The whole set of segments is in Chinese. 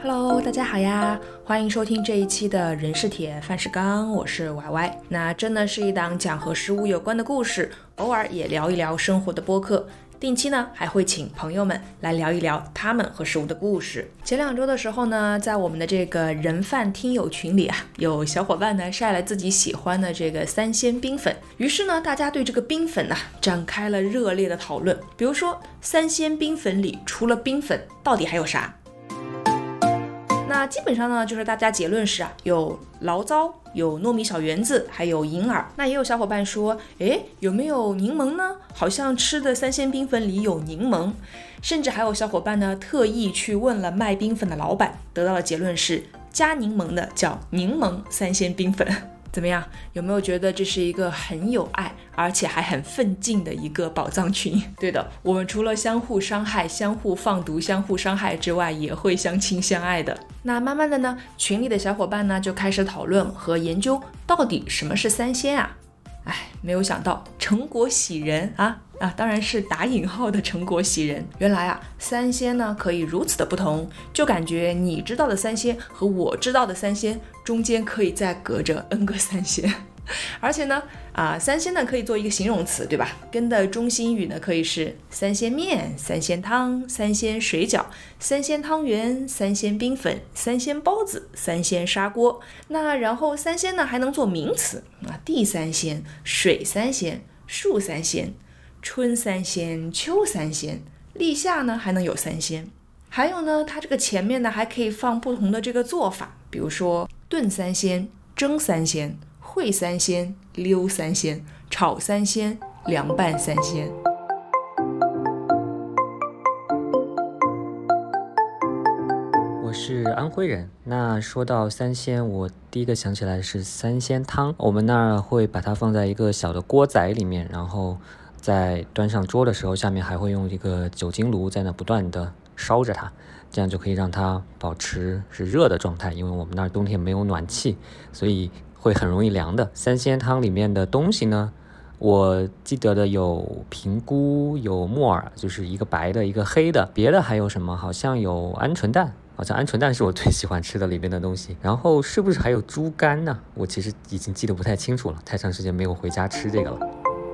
Hello， 大家好呀，欢迎收听这一期的人是铁，饭是钢，我是 YY。那真的是一档讲和食物有关的故事，偶尔也聊一聊生活的播客。定期呢还会请朋友们来聊一聊他们和食物的故事。前2周的时候呢，在我们的这个人饭听友群里啊，有小伙伴呢晒了自己喜欢的这个三鲜冰粉，于是呢大家对这个冰粉呢展开了热烈的讨论。比如说三鲜冰粉里除了冰粉到底还有啥？那基本上呢，就是大家结论是有醪糟，有糯米小圆子，还有银耳。那也有小伙伴说，有没有柠檬呢？好像吃的三鲜冰粉里有柠檬。甚至还有小伙伴呢，特意去问了卖冰粉的老板，得到的结论是加柠檬的叫柠檬三鲜冰粉。怎么样？有没有觉得这是一个很有爱，而且还很奋进的一个宝藏群？对的，我们除了相互伤害、相互放毒、相互伤害之外，也会相亲相爱的。那慢慢的呢，群里的小伙伴呢就开始讨论和研究，到底什么是三鲜啊？没有想到成果喜人当然是打引号的成果喜人。原来三鲜呢可以如此的不同，就感觉你知道的三鲜和我知道的三鲜中间可以再隔着 N 个三鲜。而且呢三鲜呢可以做一个形容词，对吧？跟的中心语呢可以是三鲜面、三鲜汤、三鲜水饺、三鲜汤圆、三鲜冰粉、三鲜包子、三鲜砂锅。那然后三鲜呢还能做名词地三鲜、水三鲜、树三鲜、春三鲜、秋三鲜，立夏呢还能有三鲜。还有呢，它这个前面呢还可以放不同的这个做法，比如说炖三鲜、蒸三鲜、烩三鲜、溜三鲜、炒三鲜、凉拌三鲜。 我是安徽人，那说到三鲜，我第一个想起来是三鲜汤。我们那儿会把它放在一个小的锅仔里面，然后在端上桌的时候，下面还会用一个酒精炉在那不断的烧着它，这样就可以让它保持是热的状态，因为我们那儿冬天没有暖气，所以会很容易凉的。三鲜汤里面的东西呢，我记得的有平菇，有木耳，就是一个白的一个黑的，别的还有什么？好像有鹌鹑蛋，好像鹌鹑蛋是我最喜欢吃的里面的东西。然后是不是还有猪肝呢？我其实已经记得不太清楚了，太长时间没有回家吃这个了。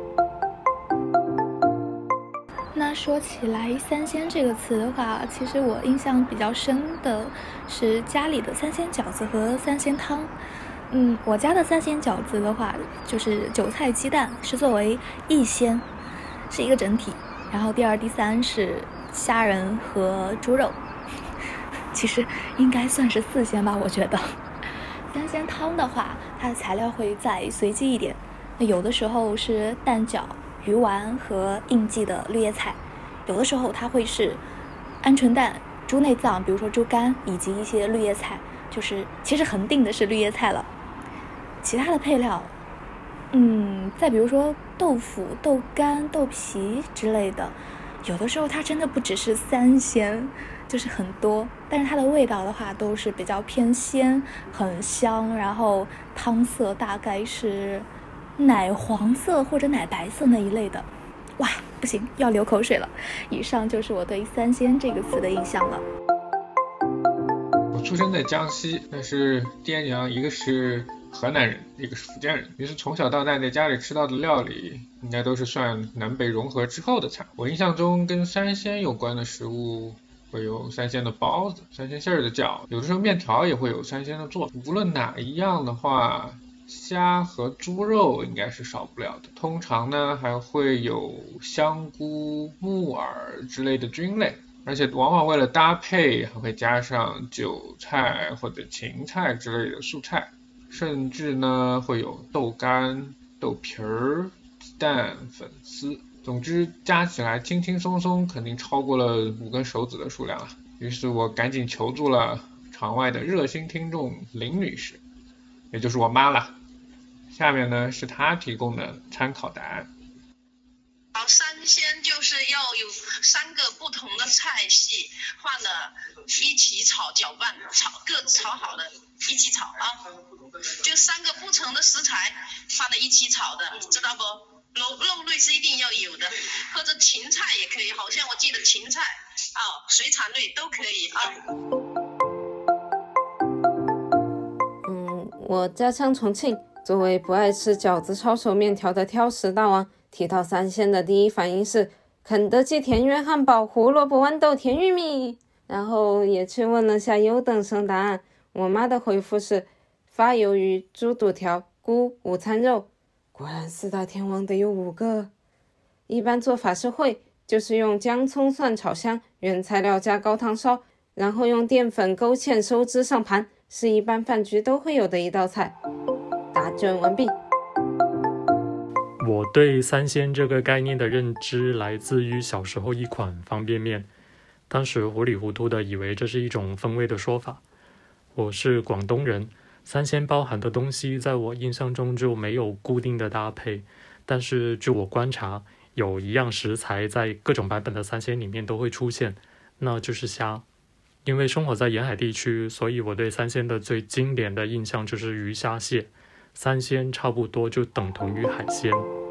那说起来三鲜这个词的话，其实我印象比较深的是家里的三鲜饺子和三鲜汤。我家的三鲜饺子的话，就是韭菜鸡蛋是作为一鲜，是一个整体，然后第2、第3是虾仁和猪肉，其实应该算是4鲜吧，我觉得。三鲜汤的话，它的材料会再随机一点，那有的时候是蛋饺、鱼丸和应季的绿叶菜，有的时候它会是鹌鹑蛋、猪内脏，比如说猪肝，以及一些绿叶菜，就是其实恒定的是绿叶菜了。其他的配料再比如说豆腐、豆干、豆皮之类的，有的时候它真的不只是三鲜，就是很多，但是它的味道的话都是比较偏鲜，很香，然后汤色大概是奶黄色或者奶白色那一类的。哇，不行，要流口水了。以上就是我对三鲜这个词的印象了。 我出生在江西，但是爹娘一个是河南人，一个是福建人，于是从小到大在家里吃到的料理应该都是算南北融合之后的菜。我印象中跟三鲜有关的食物会有三鲜的包子、三鲜馅儿的饺，有的时候面条也会有三鲜的做法。无论哪一样的话，虾和猪肉应该是少不了的，通常呢还会有香菇、木耳之类的菌类，而且往往为了搭配还会加上韭菜或者芹菜之类的蔬菜，甚至呢会有豆干、豆皮儿、鸡蛋、粉丝，总之加起来轻轻松松肯定超过了5根手指的数量于是我赶紧求助了场外的热心听众林女士，也就是我妈了。下面呢是她提供的参考答案。 三鲜就是要有3个不同的菜系放了一起炒搅拌，各炒好的一起炒就3个不同的食材放在一起炒的，知道不？肉类是一定要有的，或者芹菜也可以，好像我记得芹菜水产类都可以我家乡重庆，作为不爱吃饺子抄手面条的挑食大王，提到三鲜的第一反应是肯德基田园汉堡、胡萝卜豌豆甜玉米。然后也去问了下优等生答案，我妈的回复是发鱿鱼、猪肚条、菇、午餐肉。果然四大天王得有5个。一般做法是烩，就是用姜葱蒜炒香，原材料加高汤烧，然后用淀粉勾芡收汁上盘，是一般饭局都会有的一道菜。答卷完毕。 我对三鲜这个概念的认知来自于小时候一款方便面，当时糊里糊涂的以为这是一种风味的说法。我是广东人，三鲜包含的东西在我印象中就没有固定的搭配，但是据我观察，有一样食材在各种版本的三鲜里面都会出现，那就是虾。因为生活在沿海地区，所以我对三鲜的最经典的印象就是鱼虾蟹，三鲜差不多就等同于海鲜。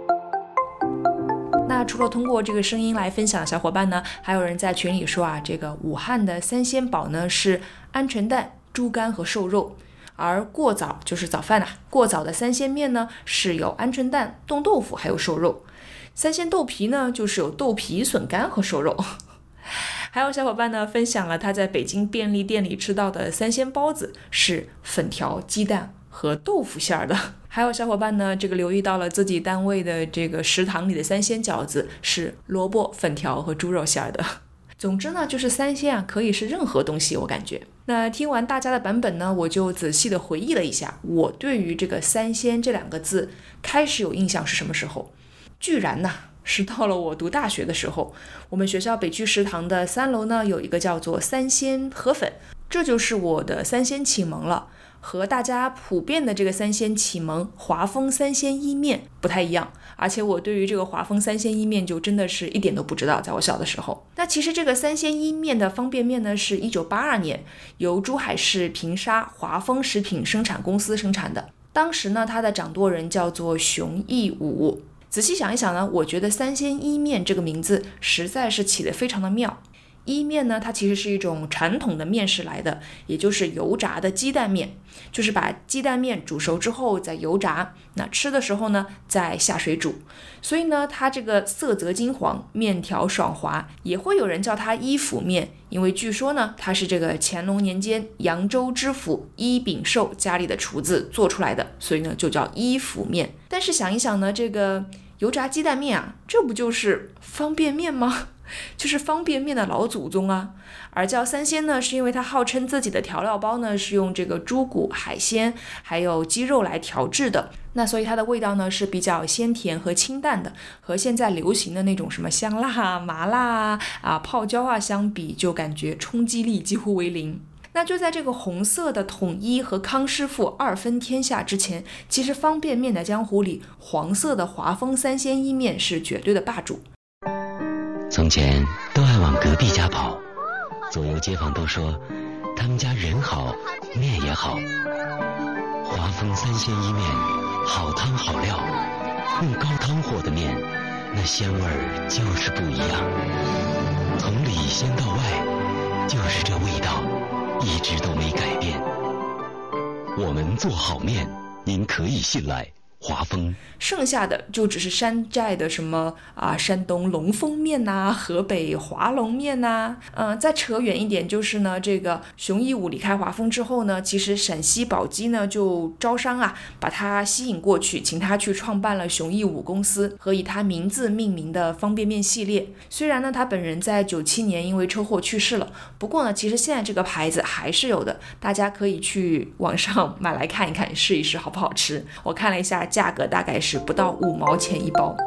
那除了通过这个声音来分享的小伙伴呢，还有人在群里说啊，这个武汉的三鲜堡呢是鹌鹑蛋、猪肝和瘦肉，而过早就是早饭过早的三鲜面呢是有鹌鹑蛋、冻豆腐还有瘦肉，三鲜豆皮呢就是有豆皮、笋干和瘦肉。还有小伙伴呢分享了他在北京便利店里吃到的三鲜包子是粉条、鸡蛋和豆腐馅儿的。还有小伙伴呢这个留意到了自己单位的这个食堂里的三鲜饺子是萝卜、粉条和猪肉馅儿的。总之呢就是三鲜可以是任何东西，我感觉。那听完大家的版本呢，我就仔细的回忆了一下，我对于这个三鲜这2个字开始有印象是什么时候？居然呢是到了我读大学的时候，我们学校北区食堂的3楼呢有一个叫做三鲜河粉，这就是我的三鲜启蒙了。和大家普遍的这个三鲜启蒙华丰三鲜意面不太一样，而且我对于这个华丰三鲜意面就真的是一点都不知道，在我小的时候。那其实这个三鲜意面的方便面呢是1982年由珠海市平沙华丰食品生产公司生产的，当时呢它的掌舵人叫做熊毅武。仔细想一想呢，我觉得三鲜意面这个名字实在是起得非常的妙。意面呢它其实是一种传统的面食来的，也就是油炸的鸡蛋面，就是把鸡蛋面煮熟之后再油炸，那吃的时候呢再下水煮，所以呢它这个色泽金黄，面条爽滑，也会有人叫它伊府面，因为据说呢它是这个乾隆年间扬州知府伊秉寿家里的厨子做出来的，所以呢就叫伊府面。但是想一想呢，这个油炸鸡蛋面这不就是方便面吗？就是方便面的老祖宗啊。而叫三鲜呢是因为它号称自己的调料包呢是用这个猪骨、海鲜还有鸡肉来调制的，那所以它的味道呢是比较鲜甜和清淡的，和现在流行的那种什么香辣、麻辣泡椒相比，就感觉冲击力几乎为零。那就在这个红色的统一和康师傅2分天下之前，其实方便面的江湖里，黄色的华丰三鲜意面是绝对的霸主。 从前都爱往隔壁家跑，左右街坊都说他们家人好，面也好。华丰三鲜意面，好汤好料，用高汤和的面，那鲜味儿就是不一样。从里鲜到外，就是这味道，一直都没改变。我们做好面，您可以信赖华丰。 剩下的就只是山寨的什么山东龙丰面河北华龙面再扯远一点就是呢，这个熊毅武离开华丰之后呢，其实陕西宝鸡呢就招商把他吸引过去，请他去创办了熊毅武公司和以他名字命名的方便面系列。虽然呢他本人在97年因为车祸去世了，不过呢其实现在这个牌子还是有的，大家可以去网上买来看一看，试一试好不好吃。我看了一下价格大概是不到5毛钱一包。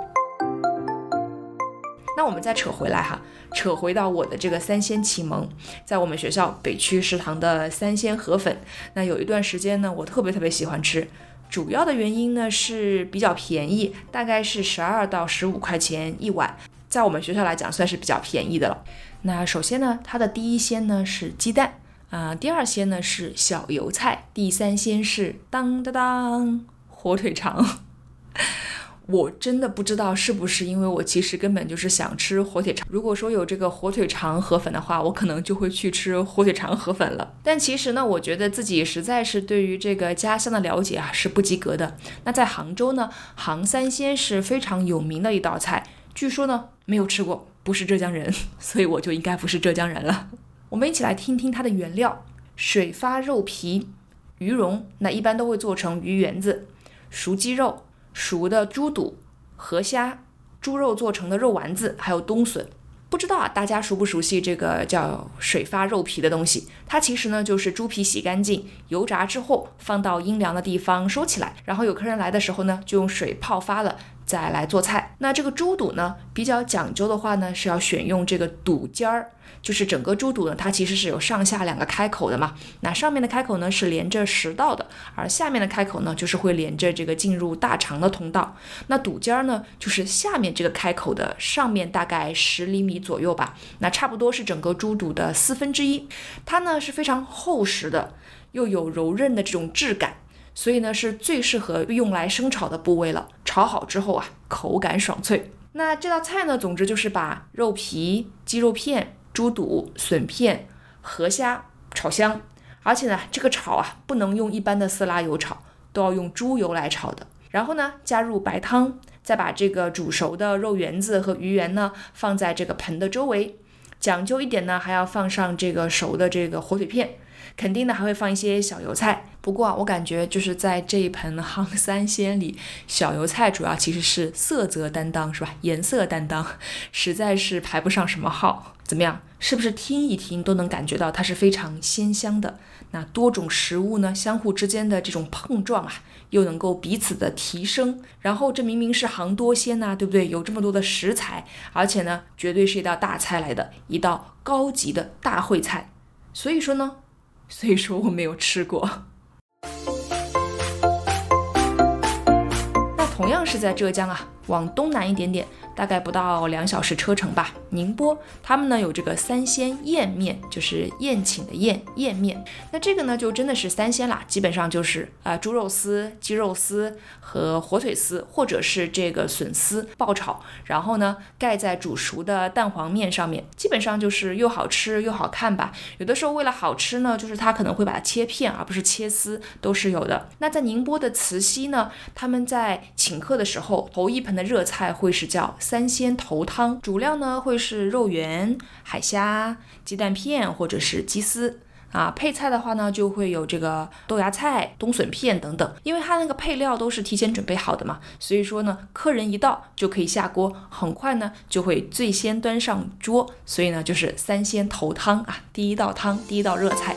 那我们再扯回来扯回到我的这个三鲜启蒙，在我们学校北区食堂的三鲜河粉，那有一段时间呢我特别喜欢吃，主要的原因呢是比较便宜，大概是12到15块钱一碗，在我们学校来讲算是比较便宜的了。那首先呢它的第一鲜呢是鸡蛋第二鲜呢是小油菜，第三鲜是当当当火腿肠。 我真的不知道是不是因为我其实根本就是想吃火腿肠，如果说有这个火腿肠河粉的话，我可能就会去吃火腿肠河粉了。但其实呢，我觉得自己实在是对于这个家乡的了解是不及格的。那在杭州呢，杭三鲜是非常有名的一道菜，据说呢没有吃过，不是浙江人，所以我就应该不是浙江人了。我们一起来听听它的原料：水发肉皮、鱼蓉，那一般都会做成鱼圆子；熟鸡肉、熟的猪肚、河虾、猪肉做成的肉丸子，还有冬笋。不知道大家熟不熟悉这个叫水发肉皮的东西？它其实呢就是猪皮洗干净，油炸之后放到阴凉的地方收起来，然后有客人来的时候呢，就用水泡发了再来做菜。那这个猪肚呢比较讲究的话呢，是要选用这个肚尖儿，就是整个猪肚呢它其实是有上下2个开口的嘛，那上面的开口呢是连着食道的，而下面的开口呢就是会连着这个进入大肠的通道。那肚尖呢就是下面这个开口的上面大概10厘米左右吧，那差不多是整个猪肚的1/4。它呢是非常厚实的，又有柔韧的这种质感，所以呢是最适合用来生炒的部位了。炒好之后口感爽脆。那这道菜呢，总之就是把肉皮、鸡肉片、猪肚、笋片、河虾炒香，而且呢这个炒不能用一般的色拉油炒，都要用猪油来炒的。然后呢加入白汤，再把这个煮熟的肉圆子和鱼圆呢放在这个盆的周围，讲究一点呢还要放上这个熟的这个火腿片，肯定呢还会放一些小油菜。不过我感觉就是在这一盆杭三鲜里，小油菜主要其实是色泽担当，是吧？颜色担当，实在是排不上什么号。怎么样？是不是听一听都能感觉到它是非常鲜香的？那多种食物呢相互之间的这种碰撞又能够彼此的提升。然后这明明是杭多鲜对不对？有这么多的食材，而且呢绝对是一道大菜来的，一道高级的大烩菜。所以说我没有吃过。那同样是在浙江往东南一点点，大概不到2小时车程吧，宁波他们呢有这个三鲜燕面，就是宴请的燕面。那这个呢就真的是三鲜啦，基本上就是猪肉丝、鸡肉丝和火腿丝，或者是这个笋丝爆炒，然后呢盖在煮熟的蛋黄面上面，基本上就是又好吃又好看吧。有的时候为了好吃呢，就是它可能会把它切片而不是切丝，都是有的。那在宁波的慈溪呢，他们在请客的时候，头一盆的热菜会是叫三鲜头汤，主料呢会是肉圆、海虾、鸡蛋片或者是鸡丝配菜的话呢就会有这个豆芽菜、冬笋片等等。因为它那个配料都是提前准备好的嘛，所以说呢客人一到就可以下锅，很快呢就会最先端上桌，所以呢就是三鲜头汤第一道汤，第一道热菜。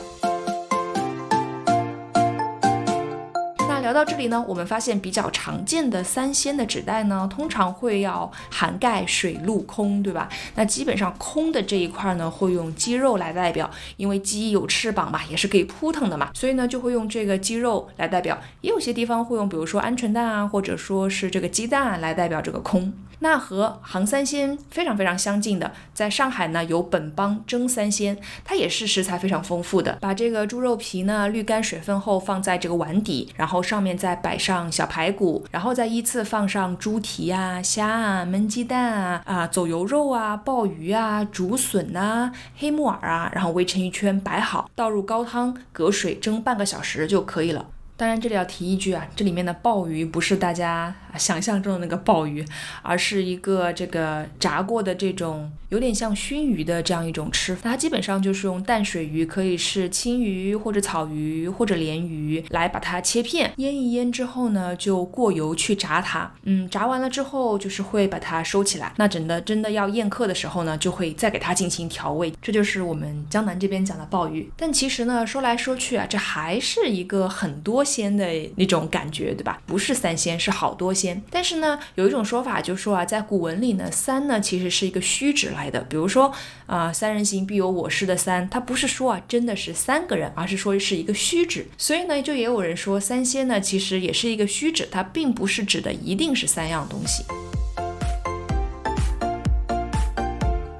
聊到这里呢，我们发现比较常见的三鲜的指代呢，通常会要涵盖水陆空，对吧？那基本上空的这一块呢，会用鸡肉来代表，因为鸡有翅膀嘛，也是可以扑腾的嘛，所以呢就会用这个鸡肉来代表。也有些地方会用比如说鹌鹑蛋或者说是这个鸡蛋来代表这个空。那和杭三鲜非常非常相近的，在上海呢有本帮蒸三鲜，它也是食材非常丰富的，把这个猪肉皮呢滤干水分后放在这个碗底，然后上面再摆上小排骨，然后再依次放上猪蹄虾焖鸡蛋走油肉鲍鱼竹笋黑木耳然后围成一圈摆好，倒入高汤，隔水蒸半个小时就可以了。当然这里要提一句这里面的鲍鱼不是大家想象中的那个鲍鱼，而是一个这个炸过的这种有点像熏鱼的这样一种吃法。它基本上就是用淡水鱼，可以是青鱼或者草鱼或者鲢鱼，来把它切片，腌一腌之后呢就过油去炸它。炸完了之后就是会把它收起来，那真的要宴客的时候呢就会再给它进行调味。这就是我们江南这边讲的鲍鱼。但其实呢说来说去这还是一个很多鲜的那种感觉，对吧？不是三鲜，是好多鲜。但是呢有一种说法就说在古文里呢三呢其实是一个虚指来的，比如说三人行必有我师的三，它不是说真的是3个人，而是说是一个虚指。所以呢就也有人说三鲜呢其实也是一个虚指，它并不是指的一定是3样东西。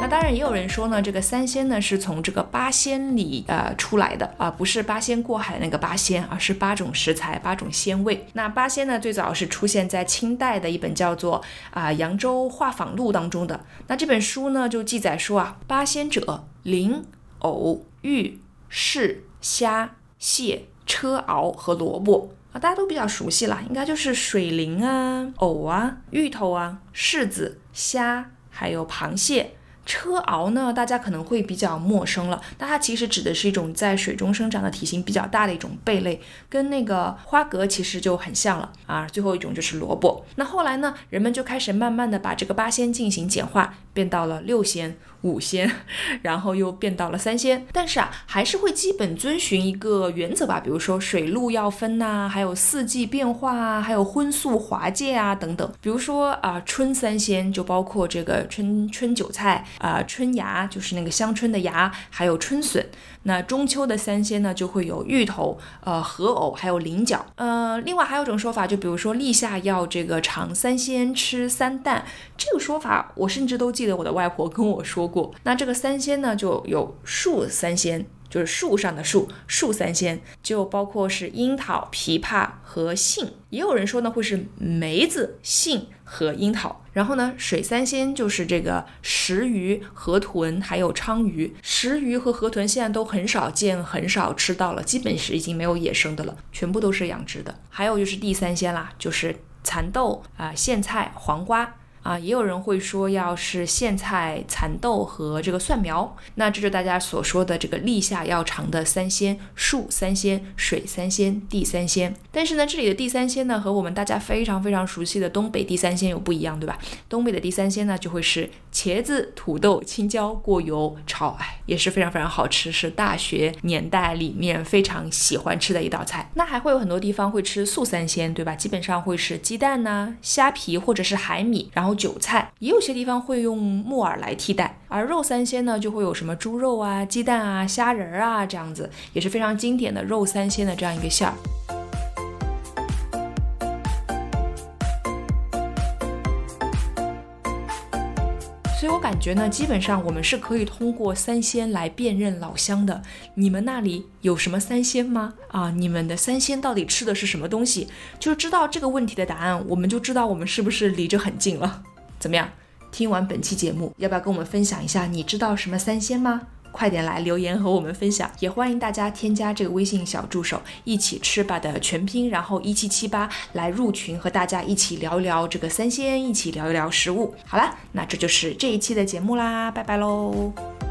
那当然也有人说呢，这个三鲜呢是从这个八仙里出来的不是八仙过海的那个八仙，而是8种食材8种鲜味。那八仙呢最早是出现在清代的一本叫做扬州画舫录当中的。那这本书呢就记载说八仙者鳞、藕、玉、柿、虾、蟹、车螯和萝卜大家都比较熟悉了，应该就是水灵藕芋头柿子、虾还有螃蟹。车螯呢大家可能会比较陌生了，但它其实指的是一种在水中生长的体型比较大的一种贝类，跟那个花蛤其实就很像了最后一种就是萝卜。那后来呢人们就开始慢慢的把这个八仙进行简化，变到了6仙5仙，然后又变到了3仙。但是还是会基本遵循一个原则吧，比如说水陆要分还有四季变化还有荤素华界等等。比如说春3仙就包括这个春韭菜春芽就是那个香椿的芽，还有春笋。那中秋的3仙呢就会有芋头荷藕还有菱角。另外还有一种说法，就比如说立夏要这个尝3鲜吃3蛋，这个说法我甚至都记得我的外婆跟我说过。那这个3鲜呢就有树3鲜，就是树上的树3鲜，就包括是樱桃、枇杷和杏。也有人说呢会是梅子、杏和樱桃。然后呢水3鲜就是这个石鱼、河豚还有鲳鱼。石鱼和河豚现在都很少见很少吃到了，基本是已经没有野生的了，全部都是养殖的。还有就是地3鲜啦，就是蚕豆苋菜、黄瓜也有人会说要是苋菜、蚕豆和这个蒜苗。那这就是大家所说的这个立夏要尝的3鲜，树3鲜、水3鲜、地3鲜。但是呢这里的地3鲜呢和我们大家非常非常熟悉的东北地3鲜有不一样，对吧？东北的地3鲜呢就会是茄子、土豆、青椒过油炒，也是非常非常好吃，是大学年代里面非常喜欢吃的一道菜。那还会有很多地方会吃素3鲜，对吧？基本上会是鸡蛋虾皮或者是海米，然后韭菜，也有些地方会用木耳来替代。而肉3鲜呢就会有什么猪肉鸡蛋虾仁这样子，也是非常经典的肉3鲜的这样一个馅儿。所以我感觉呢基本上我们是可以通过3鲜来辨认老乡的。你们那里有什么3鲜吗？你们的3鲜到底吃的是什么东西？就是知道这个问题的答案，我们就知道我们是不是离着很近了。怎么样？听完本期节目，要不要跟我们分享一下你知道什么3鲜吗？快点来留言和我们分享，也欢迎大家添加这个微信小助手一起吃吧的全拼，然后1778来入群，和大家一起聊一聊这个3鲜，一起聊一聊食物。好了，那这就是这一期的节目啦，拜拜喽。